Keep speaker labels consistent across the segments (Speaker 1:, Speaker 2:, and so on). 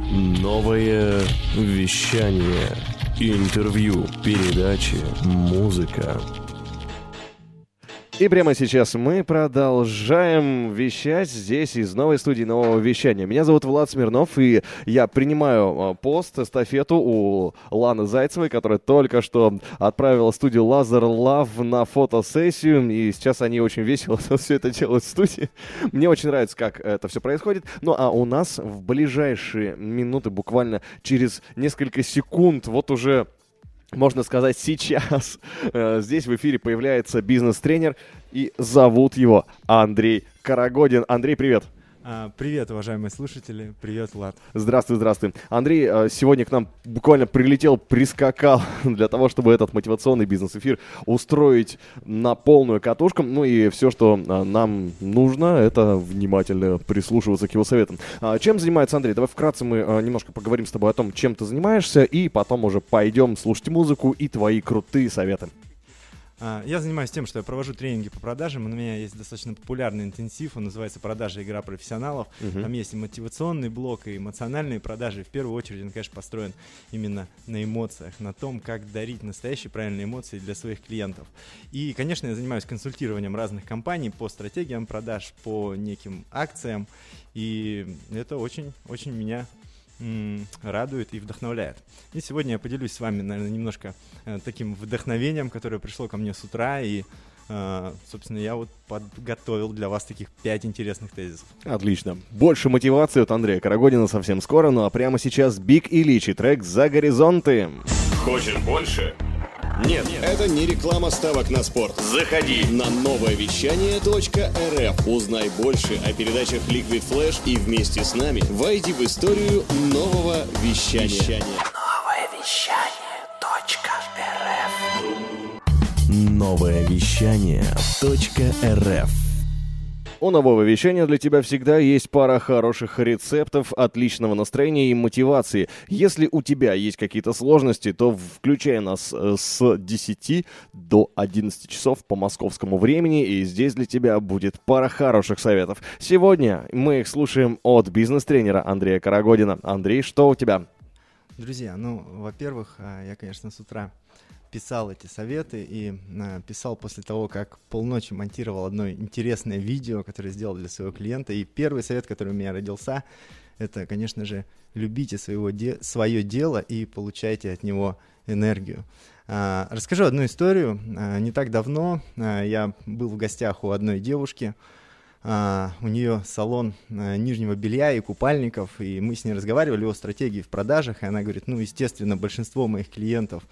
Speaker 1: Новое вещание. Интервью, передачи, музыка. И прямо сейчас мы продолжаем вещать здесь из новой студии нового вещания. Меня зовут Влад Смирнов, и я принимаю пост, эстафету у Ланы Зайцевой, которая только что отправила студию Laser Love на фотосессию, и сейчас они очень весело все это делают в студии. Мне очень нравится, как это все происходит. Ну а у нас в ближайшие минуты, буквально через несколько секунд, вот уже... Можно сказать, сейчас здесь в эфире появляется бизнес-тренер, и зовут его Андрей Карагодин. Андрей, привет.
Speaker 2: Привет, уважаемые слушатели. Привет, Влад.
Speaker 1: Здравствуй, здравствуй. Андрей сегодня к нам буквально прилетел, прискакал для того, чтобы этот мотивационный бизнес-эфир устроить на полную катушку. Ну и все, что нам нужно, это внимательно прислушиваться к его советам. Чем занимается Андрей? Давай вкратце мы немножко поговорим с тобой о том, чем ты занимаешься, и потом уже пойдем слушать музыку и твои крутые советы.
Speaker 2: Я занимаюсь тем, что я провожу тренинги по продажам. У меня есть достаточно популярный интенсив, он называется «Продажа. Игра профессионалов». Там есть и мотивационный блок, и эмоциональные продажи. В первую очередь он, конечно, построен именно на эмоциях, на том, как дарить настоящие правильные эмоции для своих клиентов. И, конечно, я занимаюсь консультированием разных компаний по стратегиям продаж, по неким акциям. И это очень меня радует и вдохновляет. И сегодня я поделюсь с вами, наверное, немножко таким вдохновением, которое пришло ко мне с утра, и, собственно, я вот подготовил для вас таких 5 интересных тезисов.
Speaker 1: Отлично. Больше мотивации от Андрея Карагодина совсем скоро, ну а прямо сейчас Биг и Лич и трек «За горизонты».
Speaker 3: Хочешь больше? Нет, это не реклама ставок на спорт. Заходи на нововещание.рф. Узнай больше о передачах Liquid Flash и вместе с нами войди в историю нового вещания.
Speaker 1: Нововещание.рф. У нового вещания для тебя всегда есть пара хороших рецептов, отличного настроения и мотивации. Если у тебя есть какие-то сложности, то включай нас с 10 до 11 часов по московскому времени, и здесь для тебя будет пара хороших советов. Сегодня мы их слушаем от бизнес-тренера Андрея Карагодина. Андрей, что у тебя?
Speaker 2: Друзья, во-первых, я, конечно, с утра писал эти советы и писал после того, как полночи монтировал одно интересное видео, которое сделал для своего клиента. И первый совет, который у меня родился, это, конечно же, любите свое дело и получайте от него энергию. Расскажу одну историю. Не так давно я был в гостях у одной девушки. У нее салон нижнего белья и купальников, и мы с ней разговаривали о стратегии в продажах, и она говорит, естественно, большинство моих клиентов,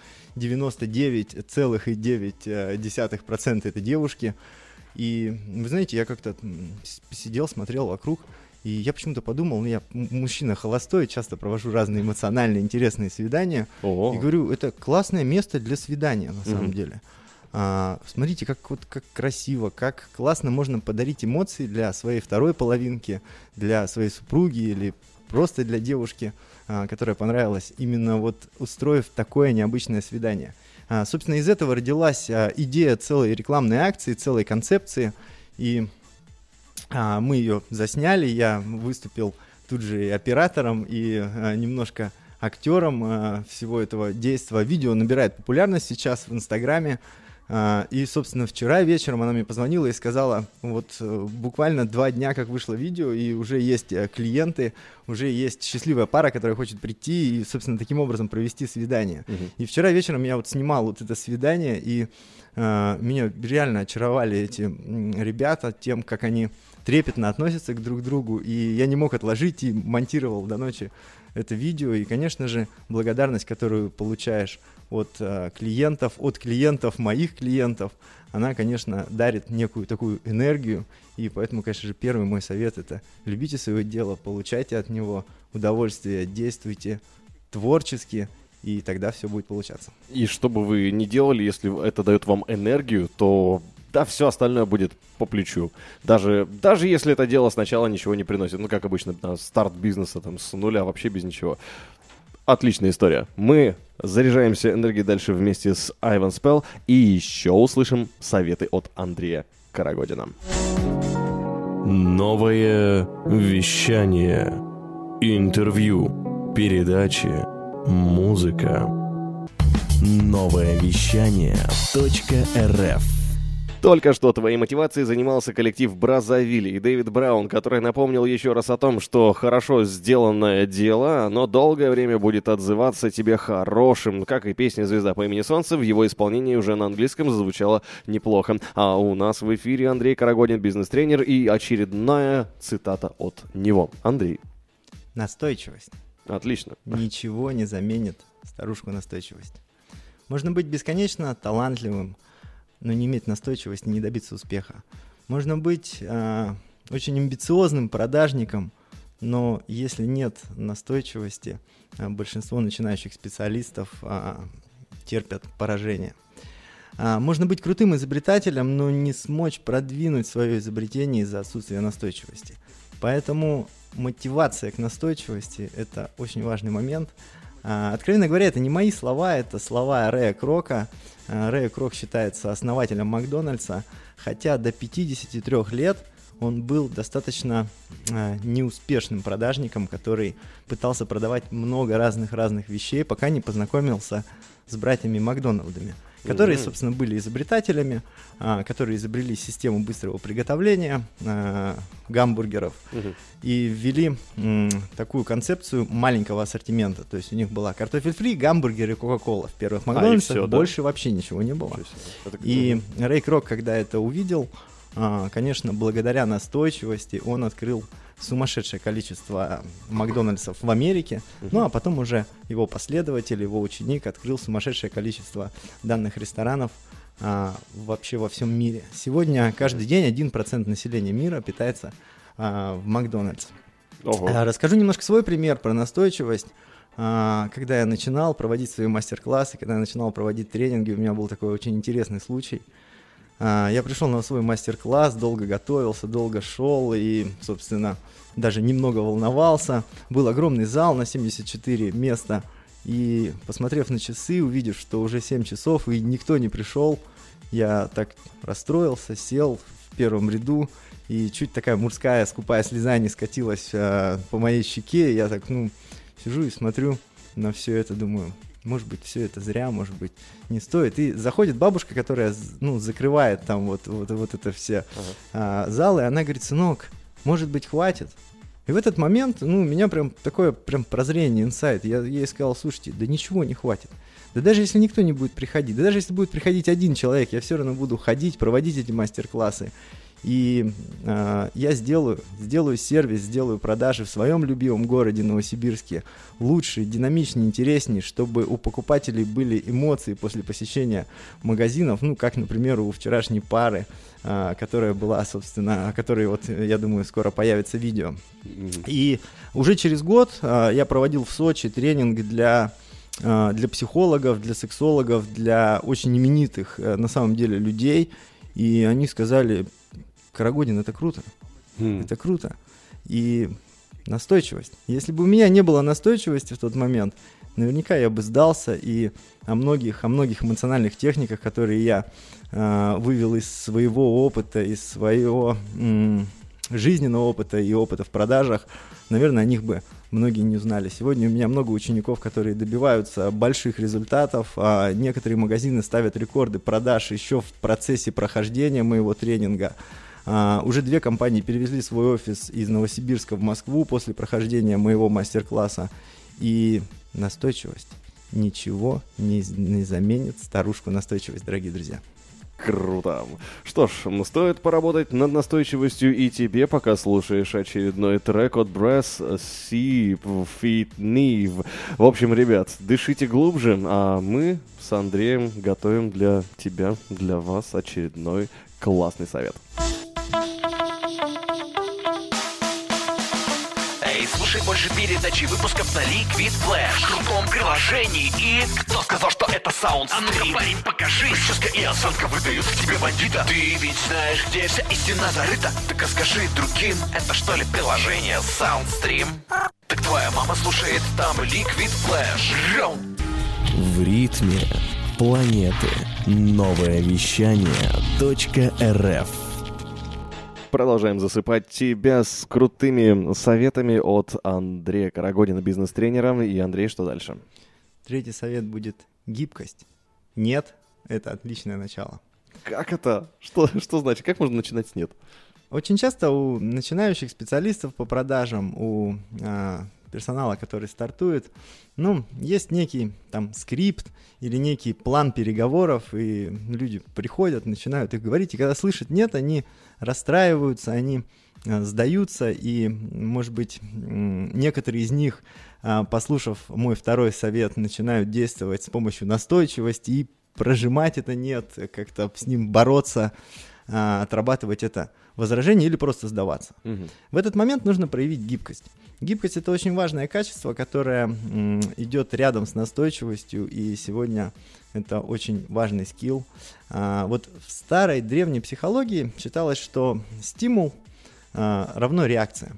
Speaker 2: 99,9% это девушки, и, вы знаете, я как-то сидел, смотрел вокруг, и я почему-то подумал, я мужчина холостой, часто провожу разные эмоциональные, интересные свидания, и говорю, это классное место для свидания, на самом деле. Смотрите, как красиво, как классно можно подарить эмоции для своей второй половинки, для своей супруги или просто для девушки, которая понравилась, именно устроив такое необычное свидание. Собственно, из этого родилась идея целой рекламной акции, целой концепции, и мы ее засняли, я выступил тут же и оператором, и немножко актером всего этого действия. Видео набирает популярность сейчас в Инстаграме. И, собственно, вчера вечером она мне позвонила и сказала, буквально 2 дня, как вышло видео, и уже есть клиенты, уже есть счастливая пара, которая хочет прийти и, собственно, таким образом провести свидание. И вчера вечером я снимал это свидание, и меня реально очаровали эти ребята тем, как они трепетно относятся друг к другу, и я не мог отложить и монтировал до ночи это видео, и, конечно же, благодарность, которую получаешь от клиентов моих клиентов, она, конечно, дарит некую такую энергию, и поэтому, конечно же, первый мой совет – это любите свое дело, получайте от него удовольствие, действуйте творчески, и тогда все будет получаться.
Speaker 1: И что бы вы ни делали, если это дает вам энергию, то да, все остальное будет по плечу. Даже если это дело сначала ничего не приносит. Как обычно, старт бизнеса с нуля, вообще без ничего. Отличная история. Мы заряжаемся энергией дальше вместе с Ivan Spell и еще услышим советы от Андрея Карагодина.
Speaker 3: Новое вещание. Интервью,
Speaker 1: передачи «Музыка». Новое вещание .рф. Только что твоей мотивацией занимался коллектив Браззавиль и Дэвид Браун, который напомнил еще раз о том, что хорошо сделанное дело, оно долгое время будет отзываться тебе хорошим, как и песня «Звезда по имени Солнце» в его исполнении уже на английском звучало неплохо. А у нас в эфире Андрей Карагодин, бизнес-тренер, и очередная цитата от него. Андрей.
Speaker 2: Настойчивость.
Speaker 1: Отлично.
Speaker 2: Ничего не заменит старушку настойчивость. Можно быть бесконечно талантливым, но не иметь настойчивости, не добиться успеха. Можно быть очень амбициозным продажником, но если нет настойчивости, большинство начинающих специалистов терпят поражение. Можно быть крутым изобретателем, но не смочь продвинуть свое изобретение из-за отсутствия настойчивости. Поэтому мотивация к настойчивости – это очень важный момент. Откровенно говоря, это не мои слова, это слова Рэя Крока. Рэй Крок считается основателем Макдональдса, хотя до 53 лет он был достаточно неуспешным продажником, который пытался продавать много разных вещей, пока не познакомился с братьями Макдоналдами, которые, собственно, были изобретателями, которые изобрели систему быстрого приготовления гамбургеров и ввели такую концепцию маленького ассортимента. То есть у них была картофель фри, гамбургеры и кока-кола. В первых Макдональдсах больше вообще ничего не было. И Рэй Крок, когда это увидел, конечно, благодаря настойчивости он открыл сумасшедшее количество Макдональдсов в Америке, ну а потом уже его последователь, его ученик открыл сумасшедшее количество данных ресторанов вообще во всем мире. Сегодня каждый день 1% населения мира питается в Макдональдс. Расскажу немножко свой пример про настойчивость. Когда я начинал проводить свои мастер-классы, когда я начинал проводить тренинги, у меня был такой очень интересный случай. Я пришел на свой мастер-класс, долго готовился, долго шел и, собственно, даже немного волновался. Был огромный зал на 74 места. И, посмотрев на часы, увидев, что уже 7 часов и никто не пришел, я так расстроился, сел в первом ряду, и чуть такая мужская скупая слеза не скатилась по моей щеке. Я так, сижу и смотрю на все это, думаю, может быть, все это зря, может быть, не стоит. И заходит бабушка, которая, закрывает там вот это все залы, и она говорит: сынок, может быть, хватит? И в этот момент, у меня прям такое прозрение, инсайт. Я ей сказал: слушайте, да ничего не хватит. Да даже если никто не будет приходить, да даже если будет приходить один человек, я все равно буду ходить, проводить эти мастер-классы. И я сделаю сервис, сделаю продажи в своем любимом городе Новосибирске лучше, динамичнее, интереснее, чтобы у покупателей были эмоции после посещения магазинов, как, например, у вчерашней пары, которая была, собственно, о которой, я думаю, скоро появится видео. И уже через год я проводил в Сочи тренинг для психологов, для сексологов, для очень именитых, на самом деле, людей, и они сказали: Карагодин, это круто, это круто. И настойчивость. Если бы у меня не было настойчивости в тот момент, наверняка я бы сдался, и о многих эмоциональных техниках, которые я вывел из своего опыта, из своего жизненного опыта и опыта в продажах, наверное, о них бы многие не узнали. Сегодня у меня много учеников, которые добиваются больших результатов, а некоторые магазины ставят рекорды продаж еще в процессе прохождения моего тренинга. Уже 2 компании перевезли свой офис из Новосибирска в Москву после прохождения моего мастер-класса. И настойчивость ничего не заменит старушку настойчивость, дорогие друзья.
Speaker 1: Круто. Что ж, стоит поработать над настойчивостью и тебе, пока слушаешь очередной трек от Brass Sea Feet Neve. В общем, ребят, дышите глубже, а мы с Андреем готовим для тебя, для вас очередной классный совет.
Speaker 4: Слушай больше передач и выпусков на Liquid Flash в крутом приложении. И кто сказал, что это SoundStream? А ну-ка, парень, покажи. Прическа и осанка выдают к тебе бандита. Ты ведь знаешь, где вся истина зарыта. Так скажи другим, это что ли приложение SoundStream? Так твоя мама слушает там Liquid Flash.
Speaker 1: В ритме планеты. Новое вещание .рф. продолжаем засыпать тебя с крутыми советами от Андрея Карагодина, бизнес-тренера. И, Андрей, что дальше?
Speaker 2: Третий совет будет гибкость. Нет, это отличное начало.
Speaker 1: Как это? Что значит? Как можно начинать с «нет»?
Speaker 2: Очень часто у начинающих специалистов по продажам, у персонала, который стартует, есть некий там скрипт или некий план переговоров, и люди приходят, начинают их говорить, и когда слышат «нет», они расстраиваются, они сдаются, и, может быть, некоторые из них, послушав мой второй совет, начинают действовать с помощью настойчивости и прожимать это «нет», как-то с ним бороться, отрабатывать это возражение или просто сдаваться. В этот момент нужно проявить гибкость. Гибкость — это очень важное качество, которое идет рядом с настойчивостью, и сегодня это очень важный скилл. Вот в старой древней психологии считалось, что стимул равно реакция.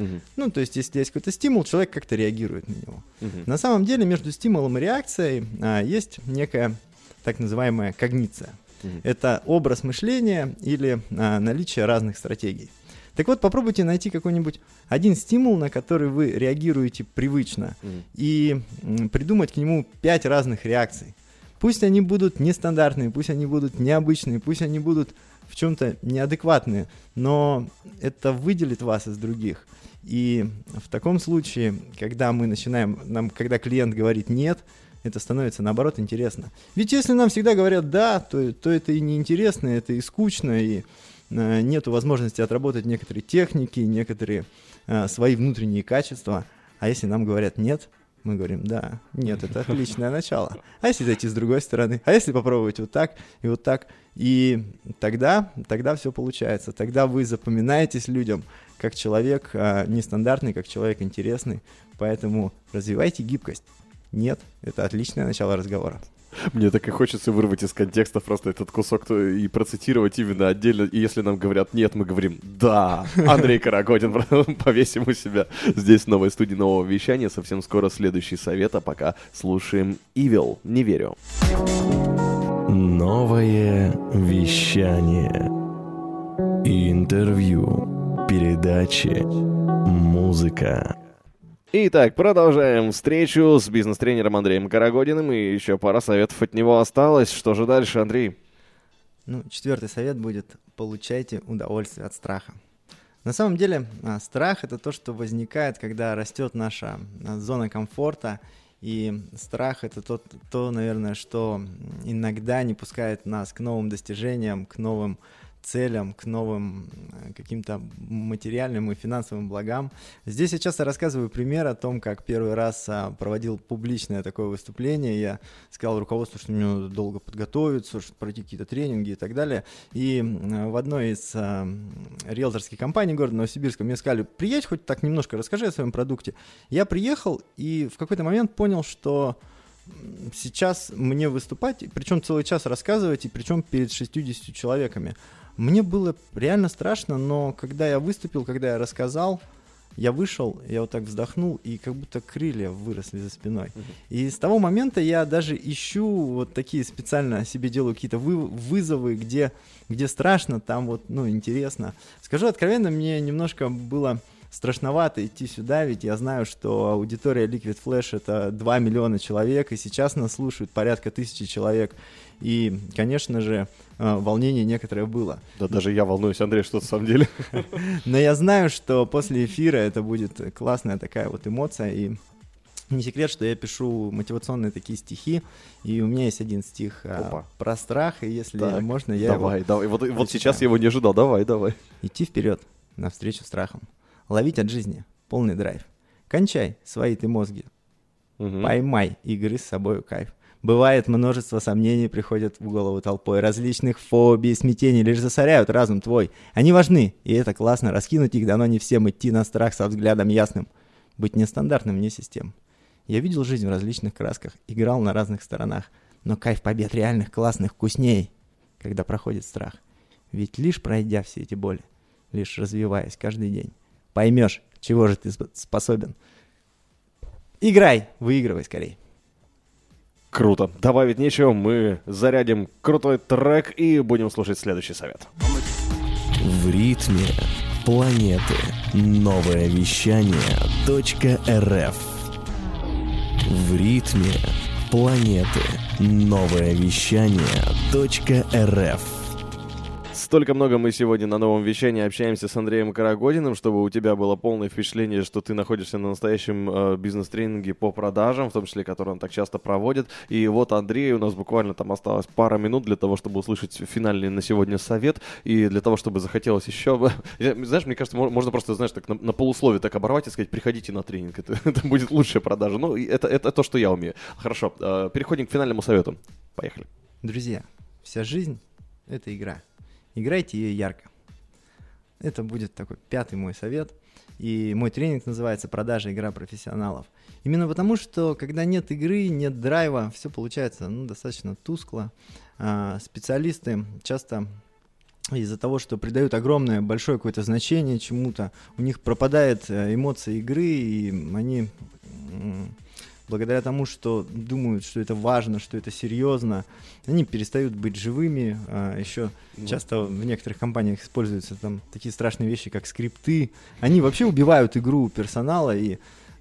Speaker 2: То есть, если есть какой-то стимул, человек как-то реагирует на него. На самом деле между стимулом и реакцией есть некая так называемая когниция. Это образ мышления или наличие разных стратегий. Так вот, попробуйте найти какой-нибудь один стимул, на который вы реагируете привычно, и придумать к нему 5 разных реакций. Пусть они будут нестандартные, пусть они будут необычные, пусть они будут в чем-то неадекватные, но это выделит вас из других. И в таком случае, когда мы начинаем, когда клиент говорит «нет», это становится, наоборот, интересно. Ведь если нам всегда говорят «да», то это и неинтересно, это и скучно, и нету возможности отработать некоторые техники, некоторые свои внутренние качества. А если нам говорят «нет», мы говорим «да, нет, это отличное начало». А если зайти с другой стороны? А если попробовать вот так и вот так? И тогда все получается. Тогда вы запоминаетесь людям как человек нестандартный, как человек интересный. Поэтому развивайте гибкость. Нет, это отличное начало разговора.
Speaker 1: Мне так и хочется вырвать из контекста просто этот кусок и процитировать именно отдельно. И если нам говорят «нет», мы говорим «да». Андрей Карагодин, повесим у себя здесь в новой студии нового вещания. Совсем скоро следующий совет, а пока слушаем Evil. Не верю. Новое вещание. Интервью. Передачи. Музыка. Итак, продолжаем встречу с бизнес-тренером Андреем Карагодиным, и еще пара советов от него осталось. Что же дальше, Андрей?
Speaker 2: 4-й совет будет: получайте удовольствие от страха. На самом деле, страх — это то, что возникает, когда растет наша зона комфорта, и страх — это то, наверное, что иногда не пускает нас к новым достижениям, к новым целям, к новым каким-то материальным и финансовым благам. Здесь я часто рассказываю пример о том, как первый раз проводил публичное такое выступление. Я сказал руководству, что мне надо долго подготовиться, что пройти какие-то тренинги и так далее. И в одной из риэлторских компаний города Новосибирска мне сказали: приедь, хоть так немножко расскажи о своем продукте. Я приехал и в какой-то момент понял, что сейчас мне выступать, причем целый час рассказывать, и причем перед 60 человеками. Мне было реально страшно, но когда я выступил, когда я рассказал, я вышел, я вот так вздохнул, и как будто крылья выросли за спиной. И с того момента я даже ищу вот такие специально себе делаю какие-то вызовы, где страшно, там вот, интересно. Скажу откровенно, мне немножко было страшновато идти сюда, ведь я знаю, что аудитория Liquid Flash — это 2 миллиона человек, и сейчас нас слушают порядка 1000 человек. И, конечно же, волнение некоторое было.
Speaker 1: Да даже я волнуюсь, Андрей, что на самом деле.
Speaker 2: Но я знаю, что после эфира это будет классная такая вот эмоция, и не секрет, что я пишу мотивационные такие стихи, и у меня есть один стих про страх, и если можно, я
Speaker 1: Давай. Вот сейчас я его не ожидал, давай.
Speaker 2: Идти вперед, навстречу страхам. Ловить от жизни полный драйв. Кончай свои ты мозги. Поймай игры с собой кайф. Бывает, множество сомнений приходят в голову толпой. Различных фобий и смятений лишь засоряют разум твой. Они важны, и это классно. Раскинуть их дано не всем. Идти на страх со взглядом ясным. Быть нестандартным вне систем. Я видел жизнь в различных красках. Играл на разных сторонах. Но кайф побед реальных, классных, вкусней, когда проходит страх. Ведь лишь пройдя все эти боли, лишь развиваясь каждый день, поймешь, чего же ты способен. Играй, выигрывай скорей.
Speaker 1: Круто. Добавить нечего, мы зарядим крутой трек и будем слушать следующий совет. В ритме планеты. Новое вещание .рф. В ритме планеты. Новое вещание .рф. Столько много мы сегодня на новом вещании общаемся с Андреем Карагодиным, чтобы у тебя было полное впечатление, что ты находишься на настоящем бизнес-тренинге по продажам, в том числе, который он так часто проводит. И вот, Андрей, у нас буквально там осталось пара минут для того, чтобы услышать финальный на сегодня совет, и для того, чтобы захотелось еще... Знаешь, мне кажется, можно просто, знаешь, так на полусловие так оборвать и сказать: приходите на тренинг, это будет лучшая продажа. Ну, это то, что я умею. Хорошо, переходим к финальному совету. Поехали.
Speaker 2: Друзья, вся жизнь — это игра. Играйте ее ярко. Это будет такой 5-й мой совет. И мой тренинг называется «Продажа. Игра профессионалов». Именно потому, что когда нет игры, нет драйва, все получается достаточно тускло. Специалисты часто из-за того, что придают огромное, большое какое-то значение чему-то, у них пропадает эмоция игры, и они... благодаря тому, что думают, что это важно, что это серьезно, они перестают быть живыми. Еще часто в некоторых компаниях используются там такие страшные вещи, как скрипты. Они вообще убивают игру персонала и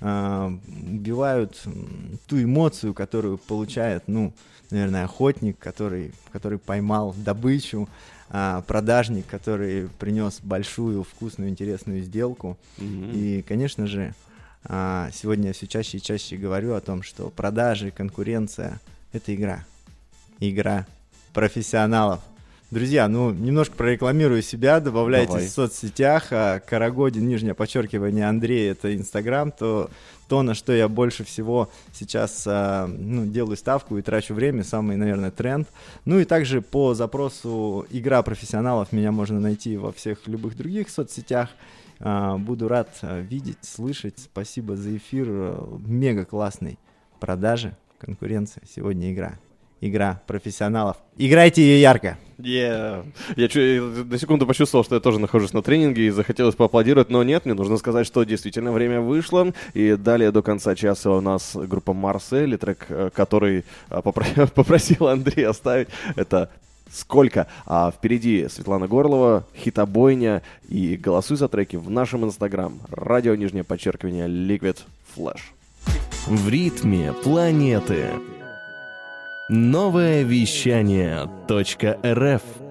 Speaker 2: убивают ту эмоцию, которую получает, наверное, охотник, который поймал добычу, продажник, который принес большую, вкусную, интересную сделку. И, конечно же, сегодня я все чаще и чаще говорю о том, что продажи, конкуренция — это игра. Игра профессионалов. Друзья, немножко прорекламирую себя, добавляйте в соцсетях. Карагодин, _, Андрей — это Инстаграм, то, на что я больше всего сейчас делаю ставку и трачу время, самый, наверное, тренд. Ну и также по запросу «Игра профессионалов» меня можно найти во всех любых других соцсетях. Буду рад видеть, слышать. Спасибо за эфир. Мега классный. Продажи, конкуренция. Сегодня игра. Игра профессионалов. Играйте ее ярко.
Speaker 1: Я на секунду почувствовал, что я тоже нахожусь на тренинге и захотелось поаплодировать, но нет, мне нужно сказать, что действительно время вышло. И далее до конца часа у нас группа Марсель, трек, который попросил Андрей оставить. Это «Сколько?». А впереди Светлана Горлова, «Хитобойня», и голосуй за треки в нашем инстаграм. Радио _ Liquid Flash. В ритме планеты. Новое вещание .рф.